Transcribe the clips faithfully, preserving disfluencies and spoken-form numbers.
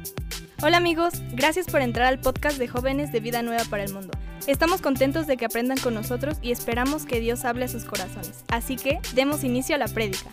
Hola amigos, gracias por entrar al podcast de Jóvenes de Vida Nueva para el Mundo. Estamos contentos de que aprendan con nosotros y esperamos que Dios hable a sus corazones. Así que, demos inicio a la prédica.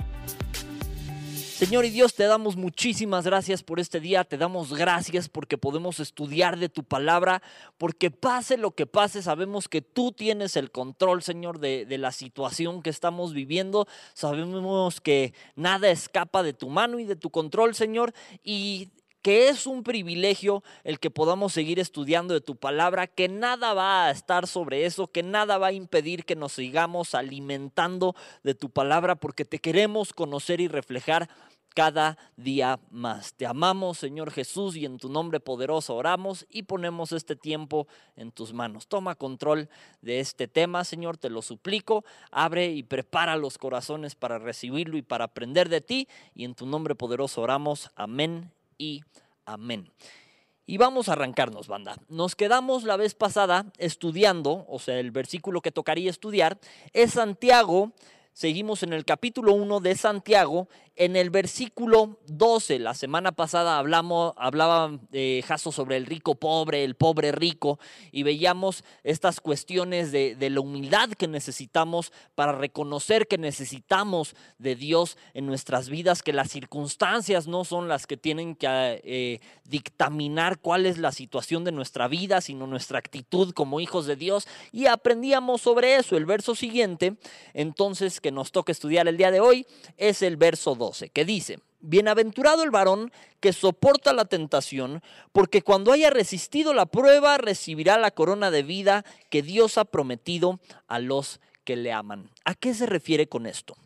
Señor y Dios, te damos muchísimas gracias por este día, te damos gracias porque podemos estudiar de tu palabra, porque pase lo que pase, sabemos que tú tienes el control, Señor, de, de la situación que estamos viviendo, sabemos que nada escapa de tu mano y de tu control, Señor, y que es un privilegio el que podamos seguir estudiando de tu palabra, que nada va a estar sobre eso, que nada va a impedir que nos sigamos alimentando de tu palabra, porque te queremos conocer y reflejar cada día más. Te amamos, Señor Jesús, y en tu nombre poderoso oramos y ponemos este tiempo en tus manos. Toma control de este tema, Señor, te lo suplico. Abre y prepara los corazones para recibirlo y para aprender de ti, y en tu nombre poderoso oramos. Amén y amén. Y vamos a arrancarnos, banda. Nos quedamos la vez pasada estudiando, o sea, el versículo que tocaría estudiar es Santiago. Seguimos en el capítulo uno de Santiago, en el versículo doce. La semana pasada hablamos, hablaba eh, Jaso sobre el rico pobre, el pobre rico, y veíamos estas cuestiones de, de la humildad que necesitamos para reconocer que necesitamos de Dios en nuestras vidas, que las circunstancias no son las que tienen que eh, dictaminar cuál es la situación de nuestra vida, sino nuestra actitud como hijos de Dios, y aprendíamos sobre eso. El verso siguiente, entonces, que nos toca estudiar el día de hoy, es el verso doce, que dice: bienaventurado el varón que soporta la tentación, porque cuando haya resistido la prueba, recibirá la corona de vida que Dios ha prometido a los que le aman. ¿A qué se refiere con esto?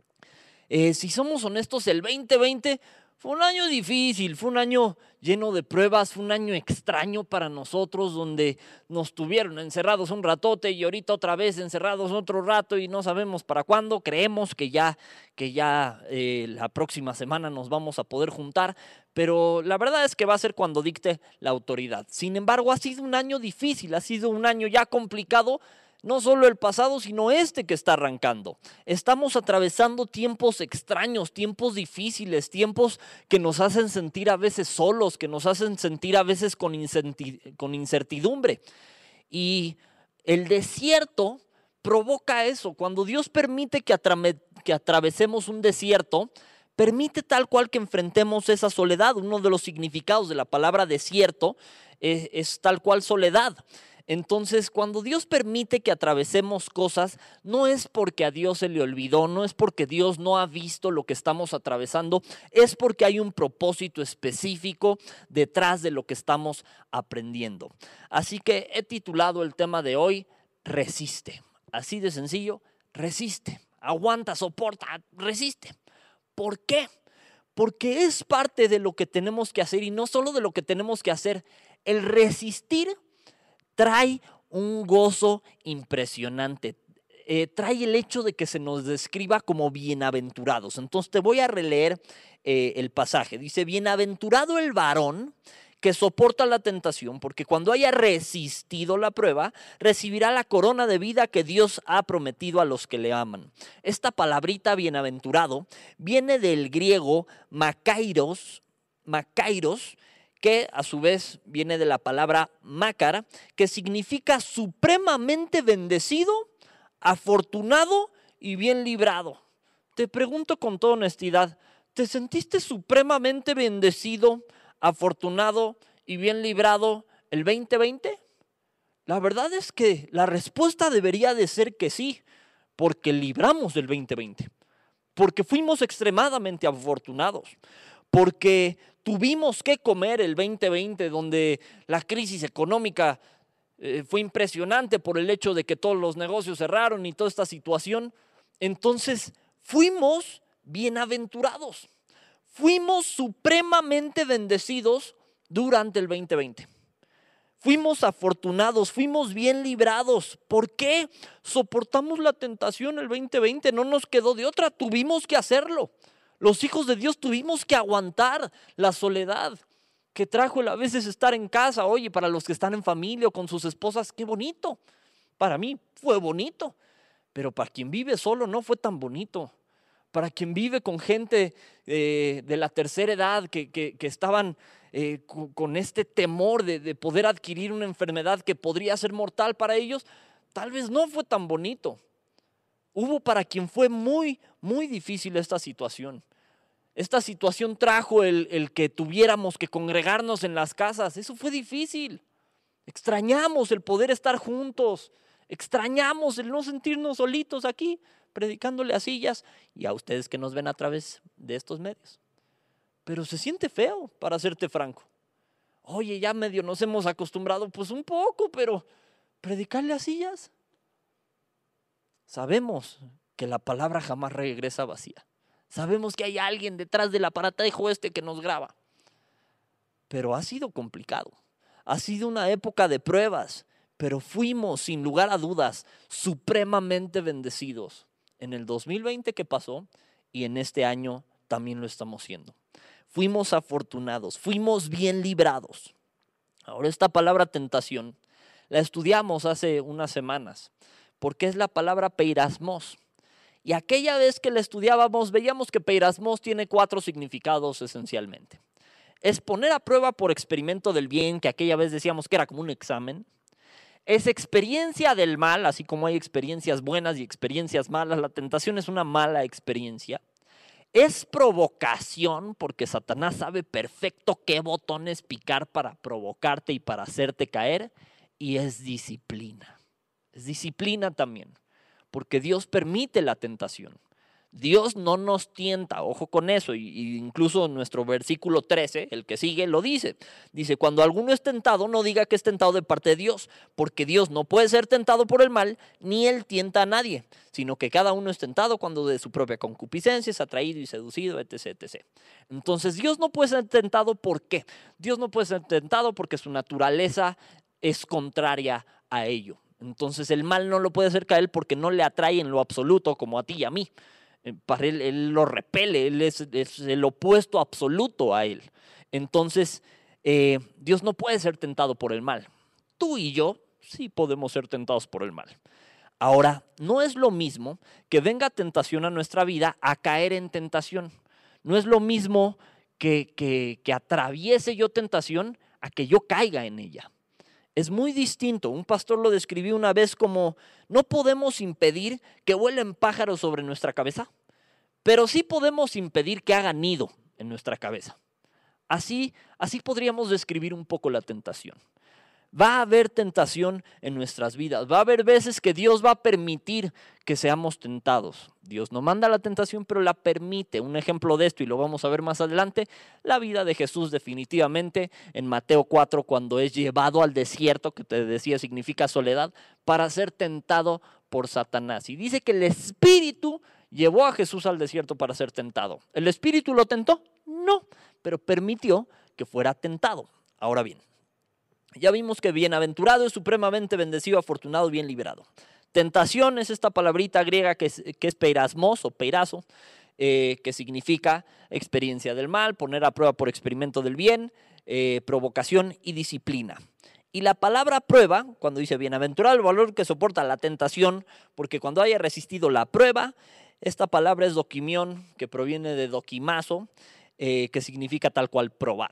Eh, si somos honestos, el veinte veinte fue un año difícil, fue un año lleno de pruebas, fue un año extraño para nosotros, donde nos tuvieron encerrados un ratote y ahorita otra vez encerrados otro rato y no sabemos para cuándo. Creemos que ya, que ya eh, la próxima semana nos vamos a poder juntar, pero la verdad es que va a ser cuando dicte la autoridad. Sin embargo, ha sido un año difícil, ha sido un año ya complicado. No solo el pasado, sino este que está arrancando. Estamos atravesando tiempos extraños, tiempos difíciles, tiempos que nos hacen sentir a veces solos, que nos hacen sentir a veces con incertidumbre. Y el desierto provoca eso. Cuando Dios permite que, atra- que atravesemos un desierto, permite tal cual que enfrentemos esa soledad. Uno de los significados de la palabra desierto es, es tal cual soledad. Entonces, cuando Dios permite que atravesemos cosas, no es porque a Dios se le olvidó, no es porque Dios no ha visto lo que estamos atravesando, es porque hay un propósito específico detrás de lo que estamos aprendiendo. Así que he titulado el tema de hoy, resiste. Así de sencillo, resiste, aguanta, soporta, resiste. ¿Por qué? Porque es parte de lo que tenemos que hacer, y no solo de lo que tenemos que hacer. El resistir trae un gozo impresionante, eh, trae el hecho de que se nos describa como bienaventurados. Entonces te voy a releer eh, el pasaje. Dice: bienaventurado el varón que soporta la tentación, porque cuando haya resistido la prueba, recibirá la corona de vida que Dios ha prometido a los que le aman. Esta palabrita bienaventurado viene del griego makairos, makairos, que a su vez viene de la palabra mácar, que significa supremamente bendecido, afortunado y bien librado. Te pregunto con toda honestidad, ¿te sentiste supremamente bendecido, afortunado y bien librado el veinte veinte? La verdad es que la respuesta debería de ser que sí, porque libramos el veinte veinte, porque fuimos extremadamente afortunados, porque tuvimos que comer el veinte veinte, donde la crisis económica eh, fue impresionante por el hecho de que todos los negocios cerraron y toda esta situación. Entonces fuimos bienaventurados, fuimos supremamente bendecidos durante el veinte veinte. Fuimos afortunados, fuimos bien librados. ¿Por qué? Soportamos la tentación el veinte veinte, no nos quedó de otra, tuvimos que hacerlo. Los hijos de Dios tuvimos que aguantar la soledad que trajo el a veces estar en casa. Oye, para los que están en familia o con sus esposas, qué bonito. Para mí fue bonito, pero para quien vive solo no fue tan bonito. Para quien vive con gente eh, de la tercera edad que, que, que estaban eh, con, con este temor de, de poder adquirir una enfermedad que podría ser mortal para ellos, tal vez no fue tan bonito. Hubo para quien fue muy, muy difícil esta situación. Esta situación trajo el, el que tuviéramos que congregarnos en las casas. Eso fue difícil. Extrañamos el poder estar juntos. Extrañamos el no sentirnos solitos aquí, predicándole a sillas y a ustedes que nos ven a través de estos medios. Pero se siente feo, para serte franco. Oye, ya medio nos hemos acostumbrado, pues un poco, pero predicarle a sillas. Sabemos que la palabra jamás regresa vacía. Sabemos que hay alguien detrás del aparatejo este que nos graba. Pero ha sido complicado. Ha sido una época de pruebas, pero fuimos, sin lugar a dudas, supremamente bendecidos en el dos mil veinte que pasó y en este año también lo estamos siendo. Fuimos afortunados, fuimos bien librados. Ahora esta palabra tentación la estudiamos hace unas semanas porque es la palabra peirasmos. Y aquella vez que la estudiábamos veíamos que peirasmos tiene cuatro significados esencialmente. Es poner a prueba por experimento del bien, que aquella vez decíamos que era como un examen. Es experiencia del mal, así como hay experiencias buenas y experiencias malas. La tentación es una mala experiencia. Es provocación, porque Satanás sabe perfecto qué botones picar para provocarte y para hacerte caer. Y es disciplina. Es disciplina también, porque Dios permite la tentación. Dios no nos tienta, ojo con eso, y incluso nuestro versículo trece, el que sigue, lo dice. Dice, cuando alguno es tentado, no diga que es tentado de parte de Dios, porque Dios no puede ser tentado por el mal, ni Él tienta a nadie, sino que cada uno es tentado cuando de su propia concupiscencia es atraído y seducido, etc, etcétera. Entonces, Dios no puede ser tentado, ¿por qué? Dios no puede ser tentado porque su naturaleza es contraria a ello. Entonces, el mal no lo puede hacer caer porque no le atrae en lo absoluto como a ti y a mí. Para él, él lo repele, él es, es el opuesto absoluto a él. Entonces, eh, Dios no puede ser tentado por el mal. Tú y yo sí podemos ser tentados por el mal. Ahora, no es lo mismo que venga tentación a nuestra vida a caer en tentación. No es lo mismo que, que, que atraviese yo tentación a que yo caiga en ella. Es muy distinto. Un pastor lo describió una vez como, no podemos impedir que vuelen pájaros sobre nuestra cabeza, pero sí podemos impedir que hagan nido en nuestra cabeza. Así, así podríamos describir un poco la tentación. Va a haber tentación en nuestras vidas. Va a haber veces que Dios va a permitir que seamos tentados. Dios no manda la tentación, pero la permite. Un ejemplo de esto, y lo vamos a ver más adelante, la vida de Jesús definitivamente en Mateo cuatro, cuando es llevado al desierto, que te decía significa soledad, para ser tentado por Satanás. Y dice que el Espíritu llevó a Jesús al desierto para ser tentado. ¿El Espíritu lo tentó? No, pero permitió que fuera tentado. Ahora bien, ya vimos que bienaventurado es supremamente bendecido, afortunado, bien liberado. Tentación es esta palabrita griega que es, que es peirasmos o peirazo, eh, que significa experiencia del mal, poner a prueba por experimento del bien, eh, provocación y disciplina. Y la palabra prueba, cuando dice bienaventurado, el valor que soporta la tentación, porque cuando haya resistido la prueba, esta palabra es doquimión, que proviene de doquimazo, eh, que significa tal cual probar.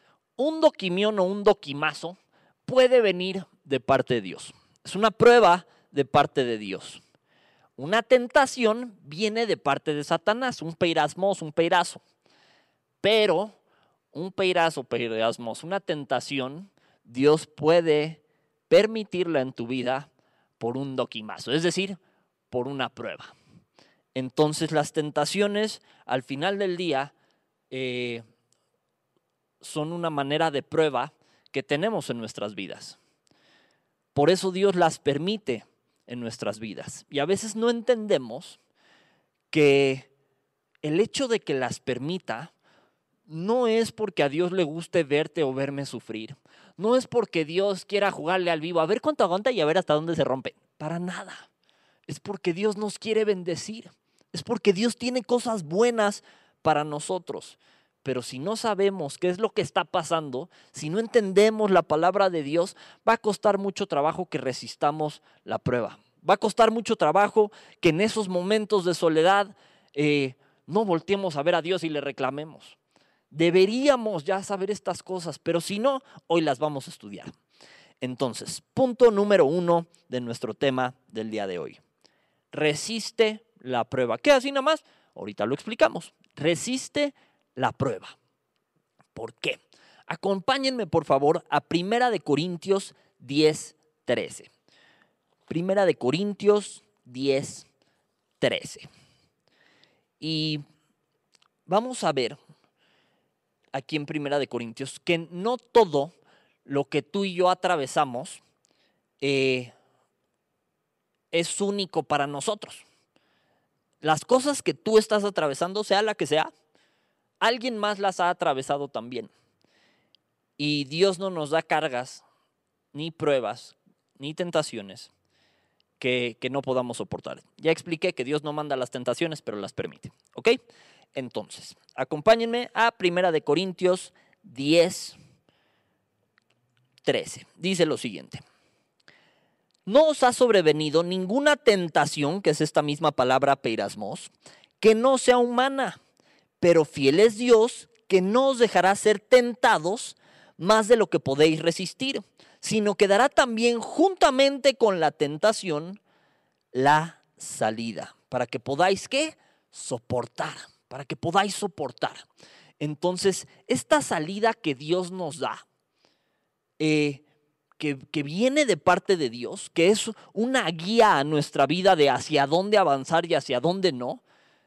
Un doquimión o un doquimazo puede venir de parte de Dios. Es una prueba de parte de Dios. Una tentación viene de parte de Satanás, un peirasmos, un peirazo. Pero un peirazo, peirasmos, una tentación, Dios puede permitirla en tu vida por un doquimazo, es decir, por una prueba. Entonces las tentaciones al final del día eh, son una manera de prueba que tenemos en nuestras vidas. Por eso Dios las permite en nuestras vidas. Y a veces no entendemos que el hecho de que las permita no es porque a Dios le guste verte o verme sufrir. No es porque Dios quiera jugarle al vivo, a ver cuánto aguanta y a ver hasta dónde se rompe. Para nada. Es porque Dios nos quiere bendecir. Es porque Dios tiene cosas buenas para nosotros. Pero si no sabemos qué es lo que está pasando, si no entendemos la palabra de Dios, va a costar mucho trabajo que resistamos la prueba. Va a costar mucho trabajo que en esos momentos de soledad eh, no volteemos a ver a Dios y le reclamemos. Deberíamos ya saber estas cosas, pero si no, hoy las vamos a estudiar. Entonces, punto número uno de nuestro tema del día de hoy. Resiste la prueba. ¿Qué así nada más? Ahorita lo explicamos. Resiste la prueba. ¿Por qué? Acompáñenme por favor a Primera de Corintios diez, trece. Primera de Corintios diez, trece. Y vamos a ver aquí en Primera de Corintios que no todo lo que tú y yo atravesamos eh, es único para nosotros. Las cosas que tú estás atravesando, sea la que sea, alguien más las ha atravesado también. Y Dios no nos da cargas, ni pruebas, ni tentaciones que, que no podamos soportar. Ya expliqué que Dios no manda las tentaciones, pero las permite. ¿Ok? Entonces, acompáñenme a Primera de Corintios diez, trece. Dice lo siguiente. No os ha sobrevenido ninguna tentación, que es esta misma palabra peirasmos, que no sea humana, pero fiel es Dios, que no os dejará ser tentados más de lo que podéis resistir, sino que dará también juntamente con la tentación la salida, para que podáis, ¿qué? Soportar, para que podáis soportar. Entonces, esta salida que Dios nos da, eh, Que, que viene de parte de Dios, que es una guía a nuestra vida de hacia dónde avanzar y hacia dónde no,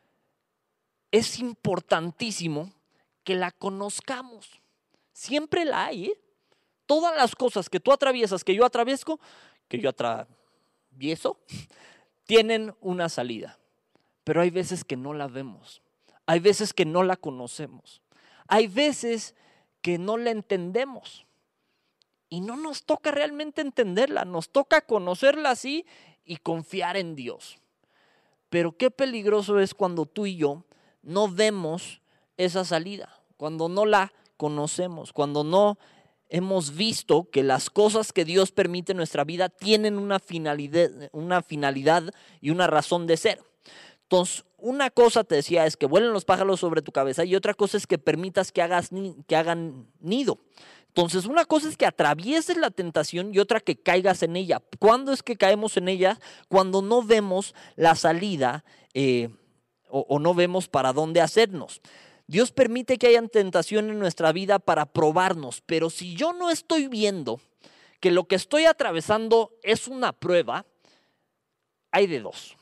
es importantísimo que la conozcamos. Siempre la hay, ¿eh? Todas las cosas que tú atraviesas, que yo atravieso, que yo atravieso, tienen una salida. Pero hay veces que no la vemos, hay veces que no la conocemos, hay veces que no la entendemos. Y no nos toca realmente entenderla, nos toca conocerla así y confiar en Dios. Pero qué peligroso es cuando tú y yo no vemos esa salida, cuando no la conocemos, cuando no hemos visto que las cosas que Dios permite en nuestra vida tienen una finalidad, una finalidad y una razón de ser. Entonces, una cosa te decía es que vuelen los pájaros sobre tu cabeza y otra cosa es que permitas que, hagas, que hagan nido. Entonces, una cosa es que atravieses la tentación y otra que caigas en ella. ¿Cuándo es que caemos en ella? Cuando no vemos la salida eh, o, o no vemos para dónde hacernos. Dios permite que haya tentación en nuestra vida para probarnos, pero si yo no estoy viendo que lo que estoy atravesando es una prueba, hay de dos.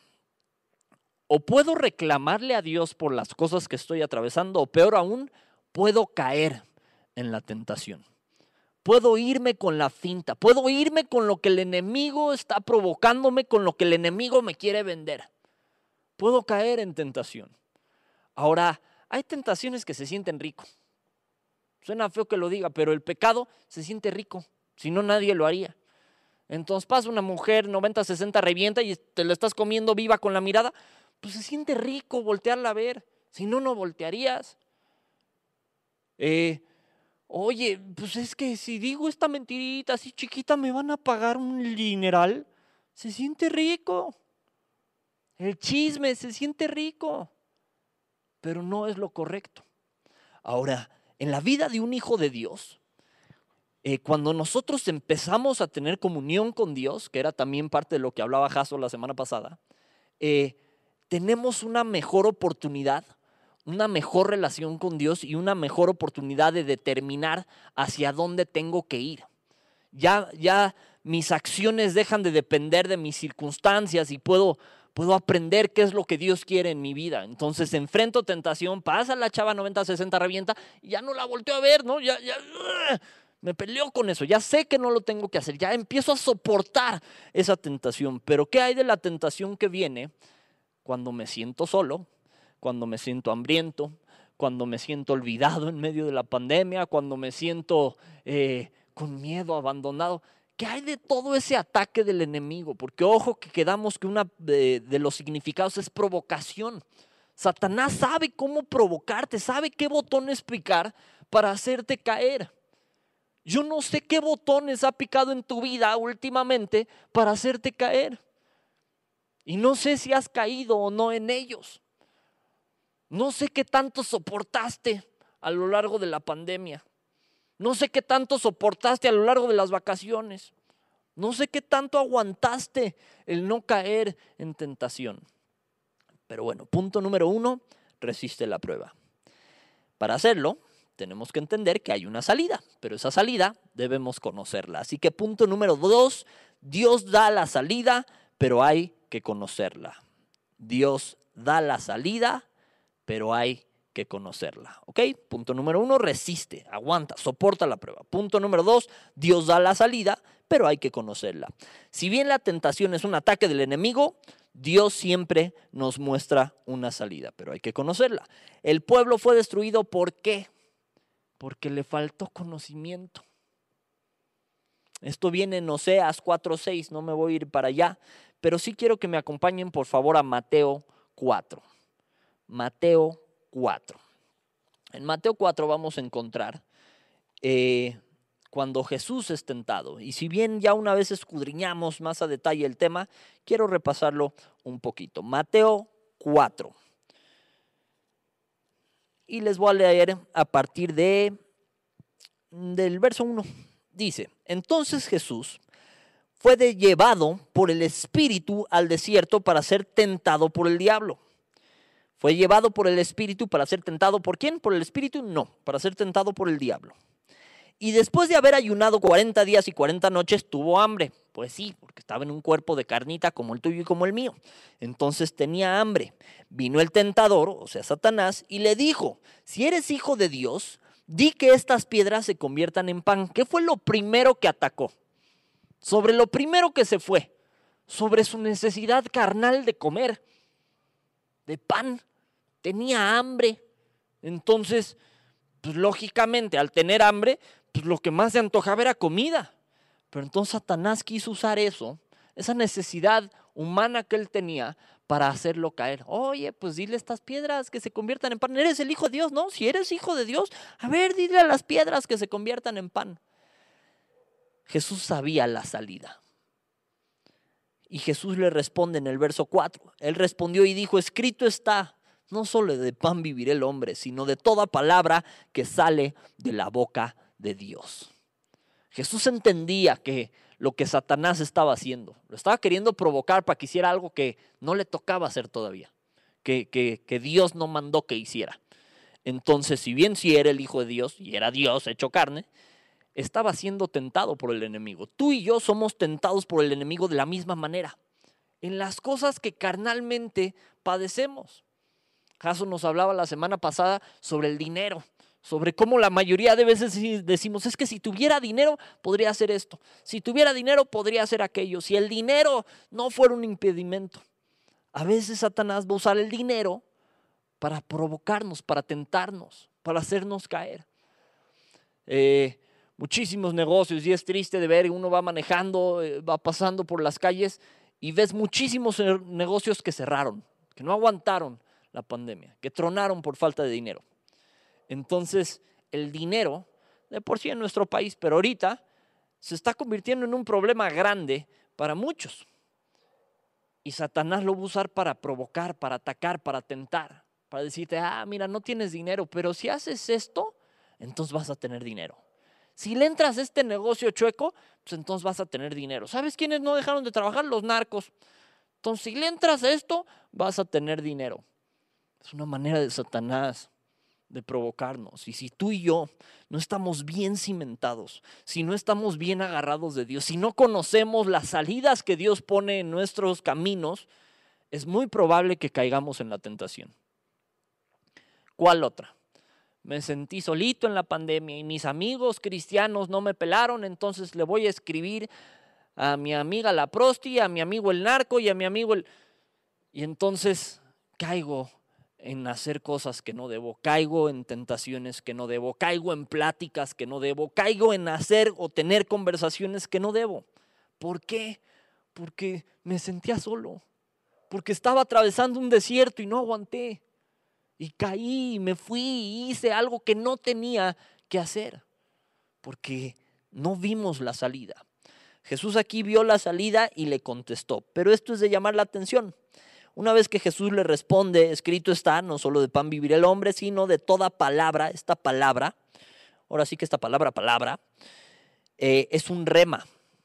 O puedo reclamarle a Dios por las cosas que estoy atravesando, o peor aún, puedo caer en la tentación. Puedo irme con la finta, puedo irme con lo que el enemigo está provocándome, con lo que el enemigo me quiere vender. Puedo caer en tentación. Ahora, hay tentaciones que se sienten rico. Suena feo que lo diga, pero el pecado se siente rico, si no nadie lo haría. Entonces pasa una mujer noventa, sesenta, revienta y te la estás comiendo viva con la mirada, pues se siente rico voltearla a ver, si no, no voltearías. Eh... Oye, pues es que si digo esta mentirita así chiquita me van a pagar un dineral. Se siente rico. El chisme se siente rico, pero no es lo correcto. Ahora, en la vida de un hijo de Dios, eh, cuando nosotros empezamos a tener comunión con Dios, que era también parte de lo que hablaba Jaso la semana pasada, eh, tenemos una mejor oportunidad, una mejor relación con Dios y una mejor oportunidad de determinar hacia dónde tengo que ir. Ya, ya mis acciones dejan de depender de mis circunstancias y puedo, puedo aprender qué es lo que Dios quiere en mi vida. Entonces enfrento tentación, pasa la chava noventa, sesenta, revienta y ya no la volteo a ver, ¿no? Ya, ya, me peleo con eso, ya sé que no lo tengo que hacer, ya empiezo a soportar esa tentación. Pero ¿qué hay de la tentación que viene cuando me siento solo? Cuando me siento hambriento, cuando me siento olvidado en medio de la pandemia, cuando me siento eh, con miedo, abandonado. ¿Qué hay de todo ese ataque del enemigo? Porque ojo que quedamos que uno de, de los significados es provocación. Satanás sabe cómo provocarte, sabe qué botones picar para hacerte caer. Yo no sé qué botones ha picado en tu vida últimamente para hacerte caer. Y no sé si has caído o no en ellos. No sé qué tanto soportaste a lo largo de la pandemia. No sé qué tanto soportaste a lo largo de las vacaciones. No sé qué tanto aguantaste el no caer en tentación. Pero bueno, punto número uno, resiste la prueba. Para hacerlo, tenemos que entender que hay una salida, pero esa salida debemos conocerla. Así que punto número dos, Dios da la salida, pero hay que conocerla. Dios da la salida, pero hay que conocerla. ¿Ok? Punto número uno, resiste, aguanta, soporta la prueba. Punto número dos, Dios da la salida, pero hay que conocerla. Si bien la tentación es un ataque del enemigo, Dios siempre nos muestra una salida, pero hay que conocerla. El pueblo fue destruido, ¿por qué? Porque le faltó conocimiento. Esto viene en Oseas cuatro seis, no me voy a ir para allá, pero sí quiero que me acompañen por favor a Mateo cuatro. Mateo cuatro. En Mateo cuatro vamos a encontrar eh, cuando Jesús es tentado. Y si bien ya una vez escudriñamos más a detalle el tema, quiero repasarlo un poquito. Mateo cuatro. Y les voy a leer a partir de, del verso uno. Dice, entonces Jesús fue de llevado por el Espíritu al desierto para ser tentado por el diablo. Fue llevado por el Espíritu para ser tentado. ¿Por quién? ¿Por el Espíritu? No, para ser tentado por el diablo. Y después de haber ayunado cuarenta días y cuarenta noches, tuvo hambre. Pues sí, porque estaba en un cuerpo de carnita como el tuyo y como el mío. Entonces tenía hambre. Vino el tentador, o sea, Satanás, y le dijo, si eres hijo de Dios, di que estas piedras se conviertan en pan. ¿Qué fue lo primero que atacó? Sobre lo primero que se fue, sobre su necesidad carnal de comer, de pan. Tenía hambre. Entonces, pues lógicamente, al tener hambre, pues lo que más se antojaba era comida. Pero entonces Satanás quiso usar eso, esa necesidad humana que él tenía, para hacerlo caer. Oye, pues dile a estas piedras que se conviertan en pan. ¿Eres el hijo de Dios? No, si eres hijo de Dios, a ver, dile a las piedras que se conviertan en pan. Jesús sabía la salida. Y Jesús le responde en el verso cuatro. Él respondió y dijo, escrito está, no solo de pan vivirá el hombre, sino de toda palabra que sale de la boca de Dios. Jesús entendía que lo que Satanás estaba haciendo, lo estaba queriendo provocar para que hiciera algo que no le tocaba hacer todavía, que, que, que Dios no mandó que hiciera. Entonces, si bien sí era el Hijo de Dios y era Dios hecho carne, estaba siendo tentado por el enemigo. Tú y yo somos tentados por el enemigo de la misma manera, en las cosas que carnalmente padecemos. Jaso nos hablaba la semana pasada sobre el dinero, sobre cómo la mayoría de veces decimos, es que si tuviera dinero podría hacer esto, si tuviera dinero podría hacer aquello, si el dinero no fuera un impedimento. A veces Satanás va a usar el dinero para provocarnos, para tentarnos, para hacernos caer. Eh, muchísimos negocios, y es triste de ver, uno va manejando, eh, va pasando por las calles y ves muchísimos negocios que cerraron, que no aguantaron la pandemia, que tronaron por falta de dinero. Entonces, el dinero, de por sí en nuestro país, pero ahorita se está convirtiendo en un problema grande para muchos. Y Satanás lo va a usar para provocar, para atacar, para tentar, para decirte, ah, mira, no tienes dinero, pero si haces esto, entonces vas a tener dinero. Si le entras a este negocio chueco, pues entonces vas a tener dinero. ¿Sabes quiénes no dejaron de trabajar? Los narcos. Entonces, si le entras a esto, vas a tener dinero. Es una manera de Satanás de provocarnos. Y si tú y yo no estamos bien cimentados, si no estamos bien agarrados de Dios, si no conocemos las salidas que Dios pone en nuestros caminos, es muy probable que caigamos en la tentación. ¿Cuál otra? Me sentí solito en la pandemia y mis amigos cristianos no me pelaron, entonces le voy a escribir a mi amiga la prosti, a mi amigo el narco y a mi amigo el... Y entonces caigo en hacer cosas que no debo, caigo en tentaciones que no debo, caigo en pláticas que no debo, caigo en hacer o tener conversaciones que no debo. ¿Por qué? Porque me sentía solo, porque estaba atravesando un desierto y no aguanté. Y caí y me fui y hice algo que no tenía que hacer, porque no vimos la salida. Jesús aquí vio la salida y le contestó, pero esto es de llamar la atención. Una vez que Jesús le responde, escrito está, no solo de pan vivirá el hombre, sino de toda palabra, esta palabra, ahora sí que esta palabra, palabra, eh, es un rema.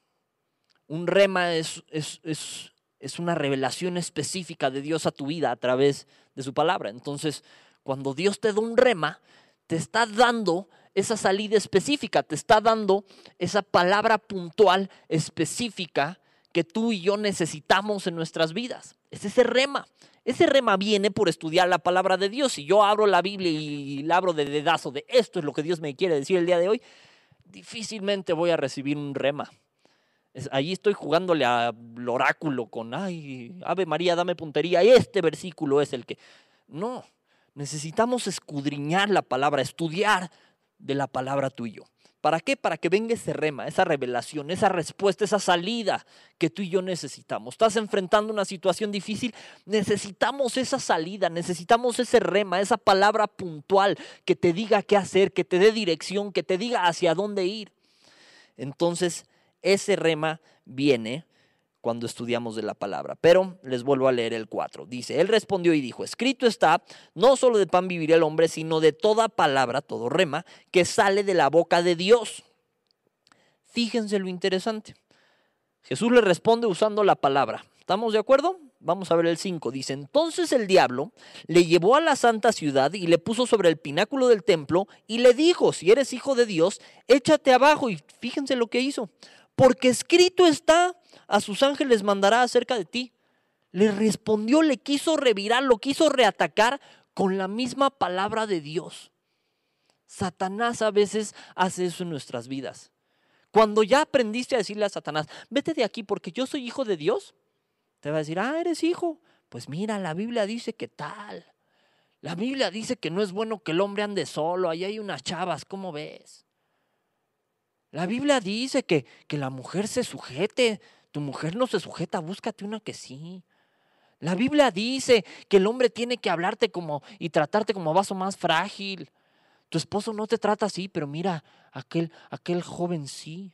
Un rema es, es, es, es una revelación específica de Dios a tu vida a través de su palabra. Entonces, cuando Dios te da un rema, te está dando esa salida específica, te está dando esa palabra puntual específica que tú y yo necesitamos en nuestras vidas. Es ese rema. Ese rema viene por estudiar la palabra de Dios. Si yo abro la Biblia y la abro de dedazo de esto es lo que Dios me quiere decir el día de hoy, difícilmente voy a recibir un rema. Es, allí estoy jugándole al oráculo con, ay, Ave María, dame puntería. Este versículo es el que... No, necesitamos escudriñar la palabra, estudiar de la palabra tú y yo. ¿Para qué? Para que venga ese rema, esa revelación, esa respuesta, esa salida que tú y yo necesitamos. Estás enfrentando una situación difícil, necesitamos esa salida, necesitamos ese rema, esa palabra puntual que te diga qué hacer, que te dé dirección, que te diga hacia dónde ir. Entonces, ese rema viene cuando estudiamos de la palabra. Pero les vuelvo a leer el cuatro. Dice, él respondió y dijo, escrito está, no solo de pan vivirá el hombre, sino de toda palabra, todo rema, que sale de la boca de Dios. Fíjense lo interesante. Jesús le responde usando la palabra. ¿Estamos de acuerdo? Vamos a ver el cinco. Dice, entonces el diablo le llevó a la santa ciudad y le puso sobre el pináculo del templo y le dijo, si eres hijo de Dios, échate abajo. Y fíjense lo que hizo. Porque escrito está, a sus ángeles mandará acerca de ti. Le respondió, le quiso revirar, lo quiso reatacar con la misma palabra de Dios. Satanás a veces hace eso en nuestras vidas. Cuando ya aprendiste a decirle a Satanás, vete de aquí porque yo soy hijo de Dios, te va a decir, ah, eres hijo. Pues mira, la Biblia dice que tal. La Biblia dice que no es bueno que el hombre ande solo, ahí hay unas chavas, ¿cómo ves? La Biblia dice que, que la mujer se sujete. Tu mujer no se sujeta, búscate una que sí. La Biblia dice que el hombre tiene que hablarte como y tratarte como vaso más frágil. Tu esposo no te trata así, pero mira, aquel, aquel joven sí.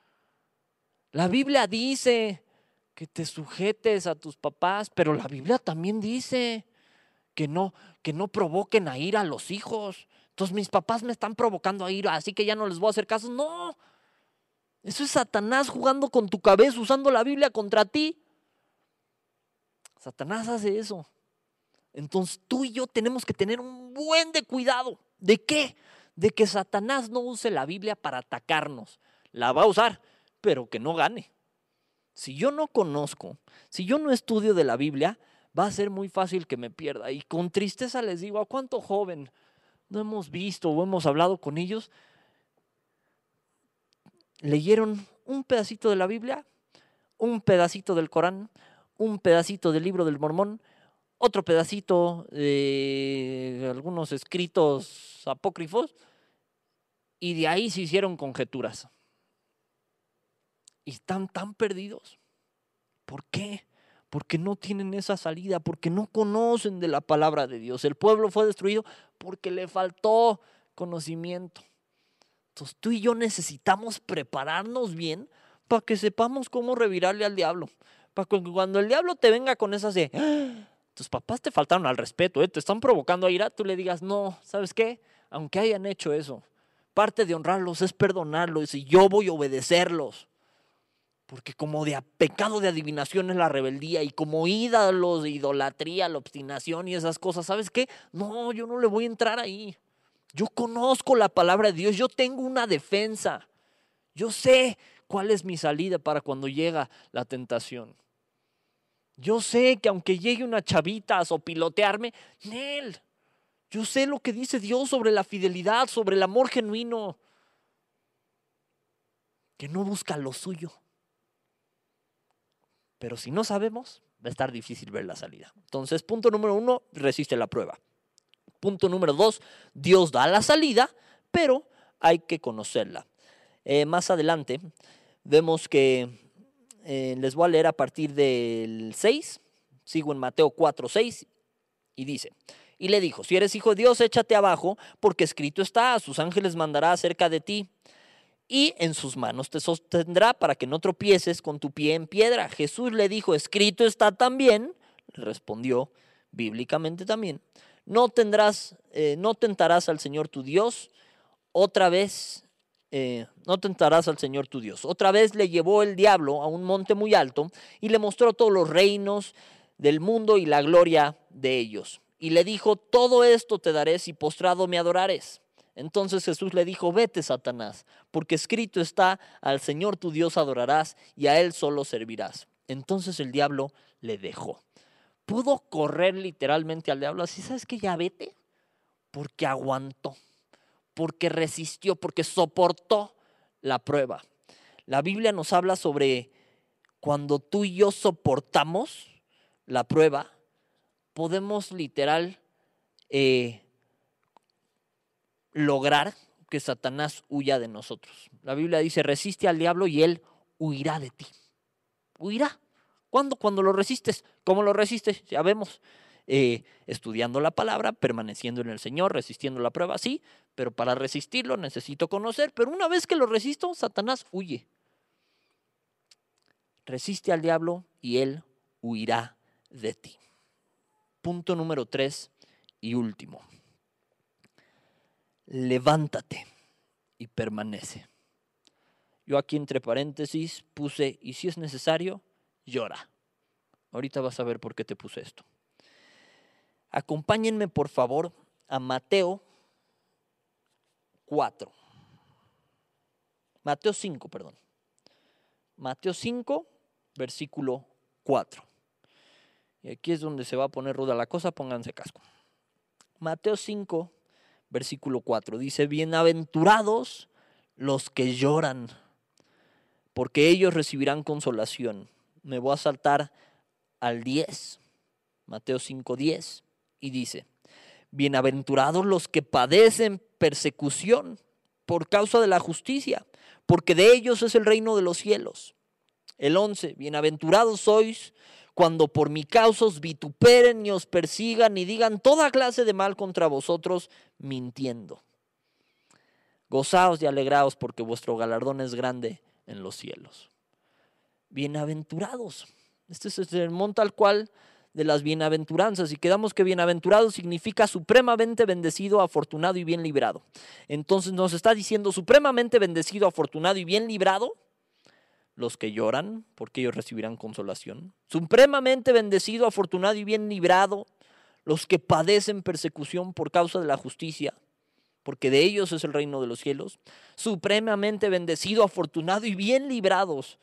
La Biblia dice que te sujetes a tus papás, pero la Biblia también dice que no, que no provoquen a ira a los hijos. Entonces mis papás me están provocando a ira, así que ya no les voy a hacer caso. No. Eso es Satanás jugando con tu cabeza, usando la Biblia contra ti. Satanás hace eso. Entonces tú y yo tenemos que tener un buen de cuidado. ¿De qué? De que Satanás no use la Biblia para atacarnos. La va a usar, pero que no gane. Si yo no conozco, si yo no estudio de la Biblia, va a ser muy fácil que me pierda. Y con tristeza les digo, ¿a cuánto joven no hemos visto o hemos hablado con ellos? Leyeron un pedacito de la Biblia, un pedacito del Corán, un pedacito del libro del Mormón, otro pedacito de algunos escritos apócrifos y de ahí se hicieron conjeturas. Y están tan perdidos. ¿Por qué? Porque no tienen esa salida, porque no conocen de la palabra de Dios. El pueblo fue destruido porque le faltó conocimiento. Entonces tú y yo necesitamos prepararnos bien para que sepamos cómo revirarle al diablo. Para que cuando el diablo te venga con esas de, ¡ah! Tus papás te faltaron al respeto, ¿eh? Te están provocando a ira, tú le digas, no, ¿sabes qué? Aunque hayan hecho eso, parte de honrarlos es perdonarlos y yo voy a obedecerlos. Porque como de pecado de adivinación es la rebeldía y como ídolos de idolatría, la obstinación y esas cosas, ¿sabes qué? No, yo no le voy a entrar ahí. Yo conozco la palabra de Dios, yo tengo una defensa. Yo sé cuál es mi salida para cuando llega la tentación. Yo sé que aunque llegue una chavita a sopilotearme, Nel, yo sé lo que dice Dios sobre la fidelidad, sobre el amor genuino, que no busca lo suyo. Pero si no sabemos, va a estar difícil ver la salida. Entonces, punto número uno, resiste la prueba. Punto número dos, Dios da la salida, pero hay que conocerla. Eh, más adelante vemos que, eh, les voy a leer a partir del seis, sigo en Mateo cuatro, seis, y dice, y le dijo, si eres hijo de Dios, échate abajo, porque escrito está, a sus ángeles mandará acerca de ti, y en sus manos te sostendrá para que no tropieces con tu pie en piedra. Jesús le dijo, escrito está también, respondió bíblicamente también, no tendrás, eh, no tentarás al Señor tu Dios otra vez, eh, no tentarás al Señor tu Dios. Otra vez le llevó el diablo a un monte muy alto y le mostró todos los reinos del mundo y la gloria de ellos. Y le dijo, todo esto te daré si postrado me adorares. Entonces Jesús le dijo, vete, Satanás, porque escrito está, al Señor tu Dios adorarás y a Él solo servirás. Entonces el diablo le dejó. Pudo correr literalmente al diablo, así, ¿sabes qué? Ya vete, porque aguantó, porque resistió, porque soportó la prueba. La Biblia nos habla sobre cuando tú y yo soportamos la prueba, podemos literal eh, lograr que Satanás huya de nosotros. La Biblia dice, resiste al diablo y él huirá de ti. Huirá. ¿Cuándo? Cuando lo resistes. ¿Cómo lo resistes? Ya vemos. Eh, estudiando la palabra, permaneciendo en el Señor, resistiendo la prueba, sí, pero para resistirlo necesito conocer. Pero una vez que lo resisto, Satanás huye. Resiste al diablo y él huirá de ti. Punto número tres y último. Levántate y permanece. Yo aquí entre paréntesis puse, y si es necesario, llora. Ahorita vas a ver por qué te puse esto. Acompáñenme por favor a Mateo cuatro. Mateo cinco, perdón. Mateo cinco, versículo cuatro. Y aquí es donde se va a poner ruda la cosa, pónganse casco. Mateo cinco, versículo cuatro, dice, bienaventurados los que lloran, porque ellos recibirán consolación. Me voy a saltar al diez, Mateo cinco, diez, y dice, bienaventurados los que padecen persecución por causa de la justicia, porque de ellos es el reino de los cielos. El once, bienaventurados sois cuando por mi causa os vituperen y os persigan y digan toda clase de mal contra vosotros, mintiendo. Gozaos y alegraos porque vuestro galardón es grande en los cielos. Bienaventurados. Este es el sermón tal cual de las bienaventuranzas, y quedamos que bienaventurado significa supremamente bendecido, afortunado y bien librado. Entonces nos está diciendo supremamente bendecido, afortunado y bien librado los que lloran, porque ellos recibirán consolación. Supremamente bendecido, afortunado y bien librado los que padecen persecución por causa de la justicia, porque de ellos es el reino de los cielos. Supremamente bendecido, afortunado y bien librados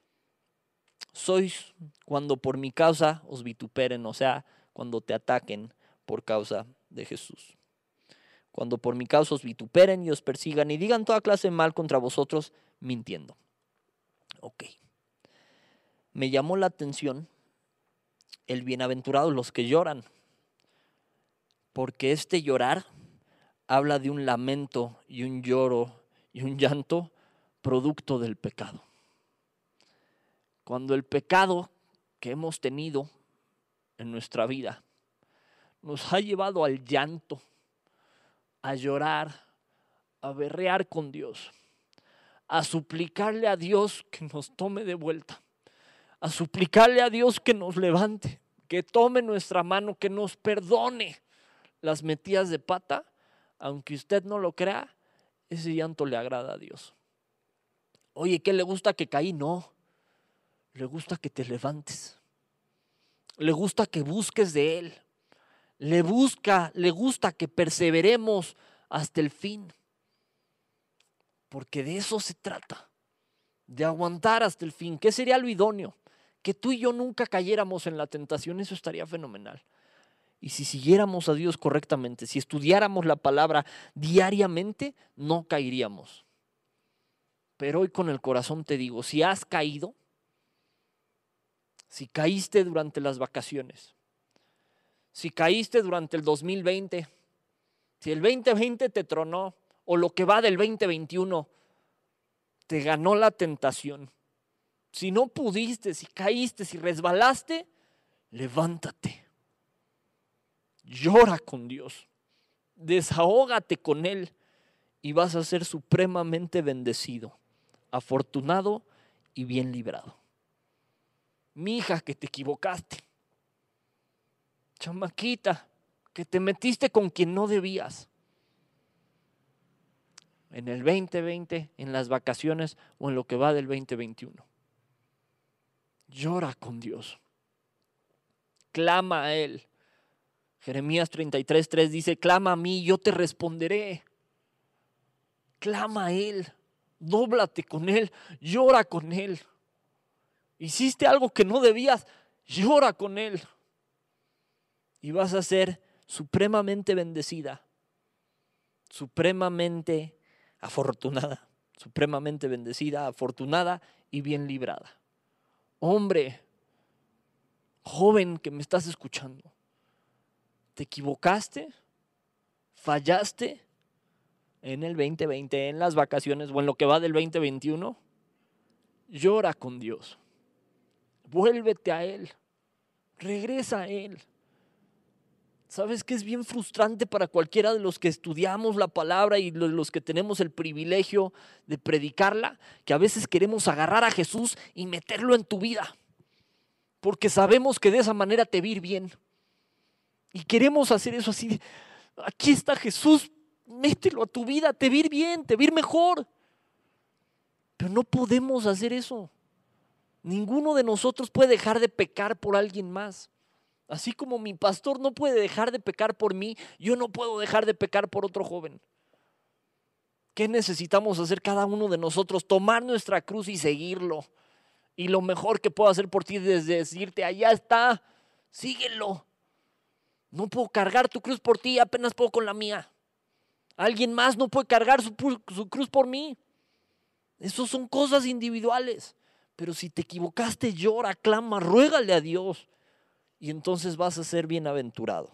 sois cuando por mi causa os vituperen, o sea, cuando te ataquen por causa de Jesús. Cuando por mi causa os vituperen y os persigan y digan toda clase de mal contra vosotros, mintiendo. Ok. Me llamó la atención el bienaventurado los que lloran, porque este llorar habla de un lamento y un lloro y un llanto producto del pecado. Cuando el pecado que hemos tenido en nuestra vida nos ha llevado al llanto, a llorar, a berrear con Dios, a suplicarle a Dios que nos tome de vuelta, a suplicarle a Dios que nos levante, que tome nuestra mano, que nos perdone las metidas de pata, aunque usted no lo crea, ese llanto le agrada a Dios. Oye, ¿qué le gusta que caí? No. Le gusta que te levantes, le gusta que busques de Él, le busca, le gusta que perseveremos hasta el fin, porque de eso se trata, de aguantar hasta el fin. ¿Qué sería lo idóneo? Que tú y yo nunca cayéramos en la tentación, eso estaría fenomenal. Y si siguiéramos a Dios correctamente, si estudiáramos la palabra diariamente, no caeríamos. Pero hoy con el corazón te digo, si has caído, si caíste durante las vacaciones, si caíste durante el dos mil veinte, si el veinte veinte te tronó o lo que va del veinte veintiuno te ganó la tentación, si no pudiste, si caíste, si resbalaste, levántate, llora con Dios, desahógate con Él y vas a ser supremamente bendecido, afortunado y bien librado. Mi hija, que te equivocaste, chamaquita, que te metiste con quien no debías. En el veinte veinte, en las vacaciones o en lo que va del veinte veintiuno. Llora con Dios. Clama a Él. Jeremías treinta y tres tres dice, clama a mí, yo te responderé. Clama a Él, dóblate con Él, llora con Él. Hiciste algo que no debías, llora con Él. Y vas a ser supremamente bendecida, supremamente afortunada, supremamente bendecida, afortunada y bien librada. Hombre, joven que me estás escuchando, ¿te equivocaste? ¿Fallaste en el veinte veinte, en las vacaciones o en lo que va del veinte veintiuno? Llora con Dios. Vuélvete a Él. Regresa a Él. ¿Sabes que es bien frustrante para cualquiera de los que estudiamos la palabra y los que tenemos el privilegio de predicarla? Que a veces queremos agarrar a Jesús y meterlo en tu vida, porque sabemos que de esa manera te va a ir bien. Y queremos hacer eso así. Aquí está Jesús, mételo a tu vida, te va a ir bien, te va a ir mejor. Pero no podemos hacer eso. Ninguno de nosotros puede dejar de pecar por alguien más. Así como mi pastor no puede dejar de pecar por mí, yo no puedo dejar de pecar por otro joven. ¿Qué necesitamos hacer cada uno de nosotros? Tomar nuestra cruz y seguirlo. Y lo mejor que puedo hacer por ti es decirte, allá está, síguelo. No puedo cargar tu cruz por ti, apenas puedo con la mía. Alguien más no puede cargar su, su cruz por mí. Esas son cosas individuales. Pero si te equivocaste, llora, clama, ruégale a Dios. Y entonces vas a ser bienaventurado.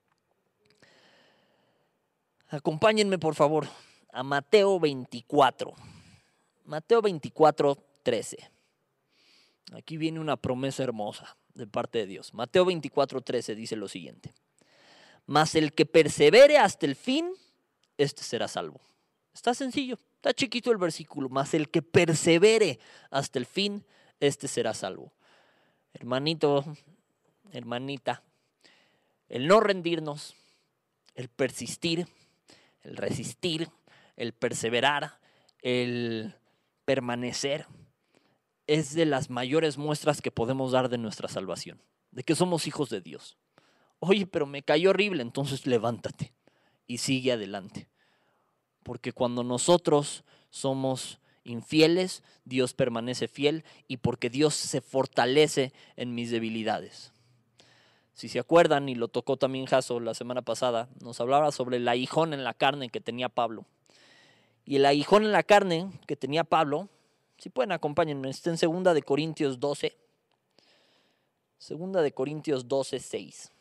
Acompáñenme por favor a Mateo veinticuatro. Mateo veinticuatro, trece. Aquí viene una promesa hermosa de parte de Dios. Mateo veinticuatro, trece dice lo siguiente. Mas el que persevere hasta el fin, este será salvo. Está sencillo, está chiquito el versículo. Mas el que persevere hasta el fin, este será salvo. Hermanito, hermanita, el no rendirnos, el persistir, el resistir, el perseverar, el permanecer, es de las mayores muestras que podemos dar de nuestra salvación, de que somos hijos de Dios. Oye, pero me cayó horrible, entonces levántate y sigue adelante. Porque cuando nosotros somos infieles, Dios permanece fiel y porque Dios se fortalece en mis debilidades. Si se acuerdan, y lo tocó también Jaso la semana pasada, nos hablaba sobre el aguijón en la carne que tenía Pablo. Y el aguijón en la carne que tenía Pablo, si pueden acompáñenme, está en segunda de Corintios doce. segunda de Corintios doce, seis.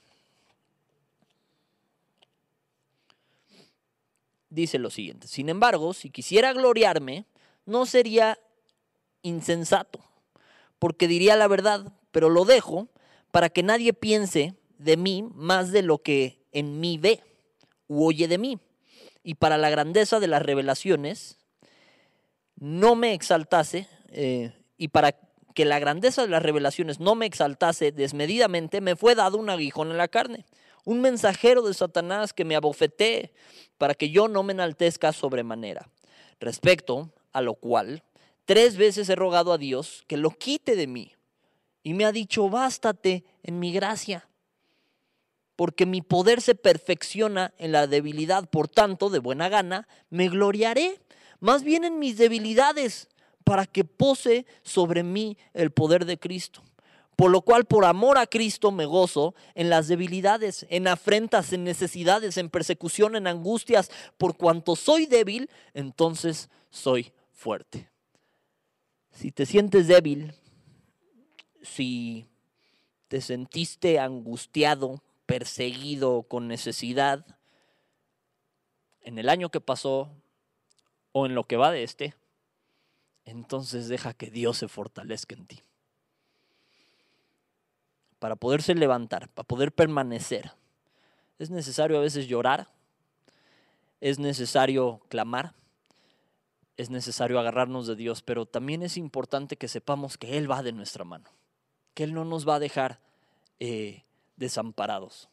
Dice lo siguiente: sin embargo, si quisiera gloriarme, no sería insensato, porque diría la verdad, pero lo dejo para que nadie piense de mí más de lo que en mí ve u oye de mí. Y para la grandeza de las revelaciones, no me exaltase, eh, y para que la grandeza de las revelaciones no me exaltase desmedidamente, me fue dado un aguijón en la carne, un mensajero de Satanás que me abofetee, para que yo no me enaltezca sobremanera. Respecto a lo cual, tres veces he rogado a Dios que lo quite de mí. Y me ha dicho, bástate en mi gracia, porque mi poder se perfecciona en la debilidad. Por tanto, de buena gana, me gloriaré más bien en mis debilidades, para que pose sobre mí el poder de Cristo. Por lo cual, por amor a Cristo, me gozo en las debilidades, en afrentas, en necesidades, en persecución, en angustias. Por cuanto soy débil, entonces soy fuerte. Si te sientes débil, si te sentiste angustiado, perseguido, con necesidad, en el año que pasó o en lo que va de este, entonces deja que Dios se fortalezca en ti. Para poderse levantar, para poder permanecer, es necesario a veces llorar, es necesario clamar, es necesario agarrarnos de Dios, pero también es importante que sepamos que Él va de nuestra mano, que Él no nos va a dejar eh, desamparados,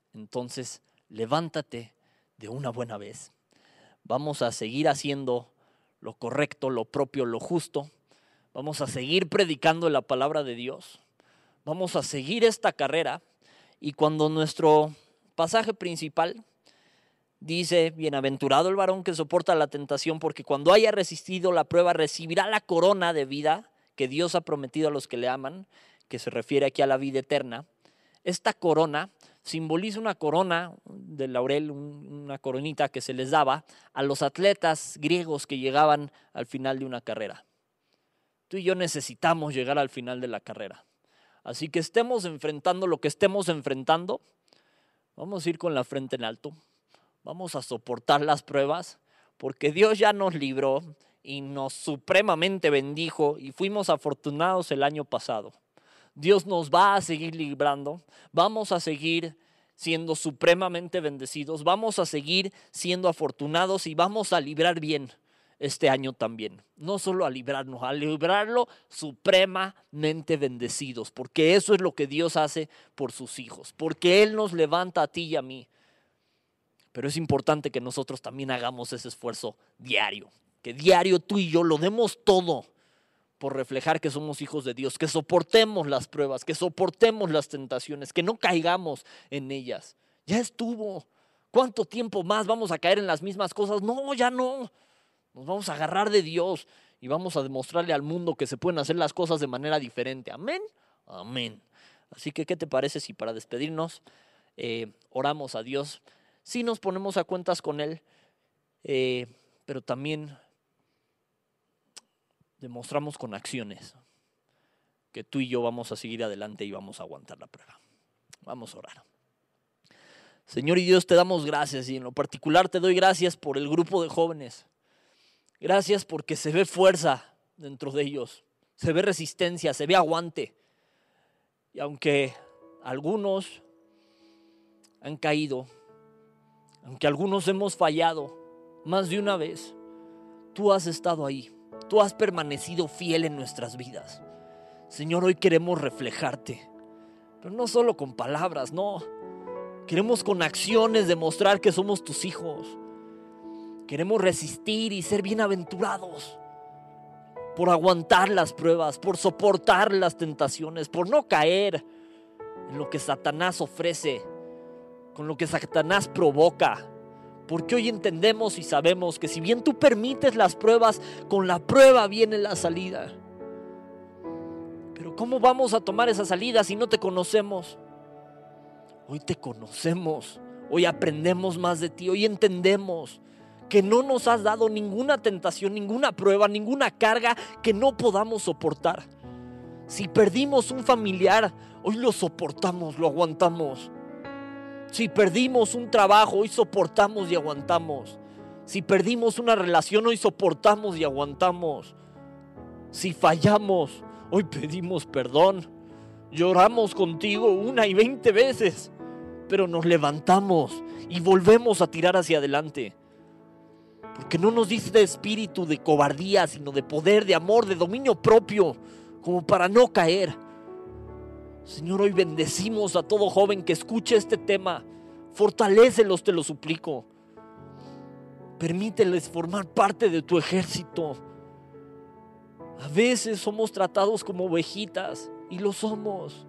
entonces levántate de una buena vez. Vamos a seguir haciendo lo correcto, lo propio, lo justo. Vamos a seguir predicando la palabra de Dios. Vamos a seguir esta carrera. Y cuando nuestro pasaje principal dice: bienaventurado el varón que soporta la tentación, porque cuando haya resistido la prueba recibirá la corona de vida que Dios ha prometido a los que le aman, que se refiere aquí a la vida eterna. Esta corona simboliza una corona de laurel, una coronita que se les daba a los atletas griegos que llegaban al final de una carrera. Tú y yo necesitamos llegar al final de la carrera. Así que estemos enfrentando lo que estemos enfrentando, vamos a ir con la frente en alto. Vamos a soportar las pruebas porque Dios ya nos libró y nos supremamente bendijo y fuimos afortunados el año pasado. Dios nos va a seguir librando, vamos a seguir siendo supremamente bendecidos, vamos a seguir siendo afortunados y vamos a librar bien este año también. No solo a librarnos, a librarlo supremamente bendecidos, porque eso es lo que Dios hace por sus hijos, porque Él nos levanta a ti y a mí. Pero es importante que nosotros también hagamos ese esfuerzo diario, que diario tú y yo lo demos todo por reflejar que somos hijos de Dios, que soportemos las pruebas, que soportemos las tentaciones, que no caigamos en ellas. Ya estuvo. ¿Cuánto tiempo más vamos a caer en las mismas cosas? No, ya no. Nos vamos a agarrar de Dios y vamos a demostrarle al mundo que se pueden hacer las cosas de manera diferente. Amén. Amén. Así que, ¿qué te parece si para despedirnos eh, oramos a Dios? Sí nos ponemos a cuentas con Él, eh, pero también demostramos con acciones que tú y yo vamos a seguir adelante y vamos a aguantar la prueba. Vamos a orar. Señor y Dios, te damos gracias y en lo particular te doy gracias por el grupo de jóvenes. Gracias porque se ve fuerza dentro de ellos, se ve resistencia, se ve aguante. Y aunque algunos han caído, aunque algunos hemos fallado más de una vez, tú has estado ahí. Tú has permanecido fiel en nuestras vidas. Señor, hoy queremos reflejarte, pero no solo con palabras, no. Queremos con acciones demostrar que somos tus hijos. Queremos resistir y ser bienaventurados por aguantar las pruebas, por soportar las tentaciones, por no caer en lo que Satanás ofrece, con lo que Satanás provoca. Porque hoy entendemos y sabemos que si bien tú permites las pruebas, con la prueba viene la salida. Pero ¿cómo vamos a tomar esa salida si no te conocemos? Hoy te conocemos, hoy aprendemos más de ti, hoy entendemos que no nos has dado ninguna tentación, ninguna prueba, ninguna carga que no podamos soportar. Si perdimos un familiar, hoy lo soportamos, lo aguantamos. Si perdimos un trabajo, hoy soportamos y aguantamos. Si perdimos una relación, hoy soportamos y aguantamos. Si fallamos, hoy pedimos perdón. Lloramos contigo una y veinte veces, pero nos levantamos y volvemos a tirar hacia adelante. Porque no nos diste de espíritu de cobardía, sino de poder, de amor, de dominio propio, como para no caer. Señor, hoy bendecimos a todo joven que escuche este tema. Fortalécelos, te lo suplico. Permíteles formar parte de tu ejército. A veces somos tratados como ovejitas y lo somos.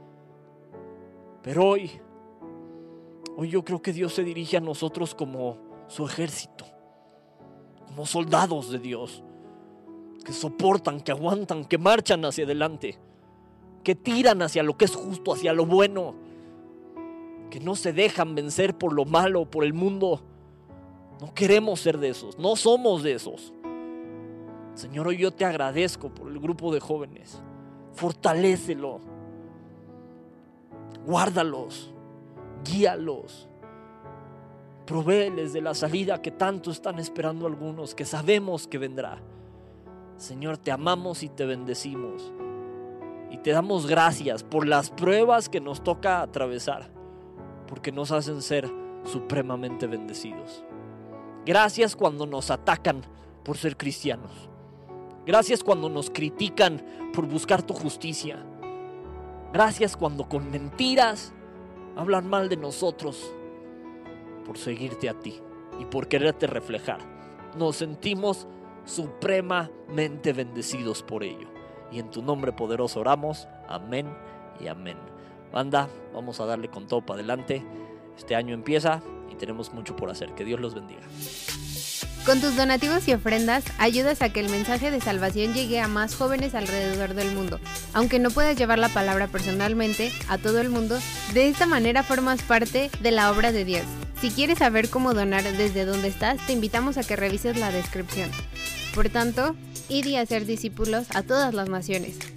Pero hoy, hoy yo creo que Dios se dirige a nosotros como su ejército, como soldados de Dios, que soportan, que aguantan, que marchan hacia adelante, que tiran hacia lo que es justo, hacia lo bueno, que no se dejan vencer por lo malo, por el mundo. No queremos ser de esos, no somos de esos. Señor, hoy yo te agradezco por el grupo de jóvenes. Fortalécelo, guárdalos, guíalos, provéeles de la salida que tanto están esperando algunos, que sabemos que vendrá. Señor, te amamos y te bendecimos. Y te damos gracias por las pruebas que nos toca atravesar, porque nos hacen ser supremamente bendecidos. Gracias cuando nos atacan por ser cristianos. Gracias cuando nos critican por buscar tu justicia. Gracias cuando con mentiras hablan mal de nosotros por seguirte a ti y por quererte reflejar. Nos sentimos supremamente bendecidos por ello. Y en tu nombre poderoso oramos. Amén y amén. Banda, vamos a darle con todo para adelante. Este año empieza y tenemos mucho por hacer. Que Dios los bendiga. Con tus donativos y ofrendas, ayudas a que el mensaje de salvación llegue a más jóvenes alrededor del mundo. Aunque no puedas llevar la palabra personalmente a todo el mundo, de esta manera formas parte de la obra de Dios. Si quieres saber cómo donar desde donde estás, te invitamos a que revises la descripción. Por tanto, id y hacer discípulos a todas las naciones.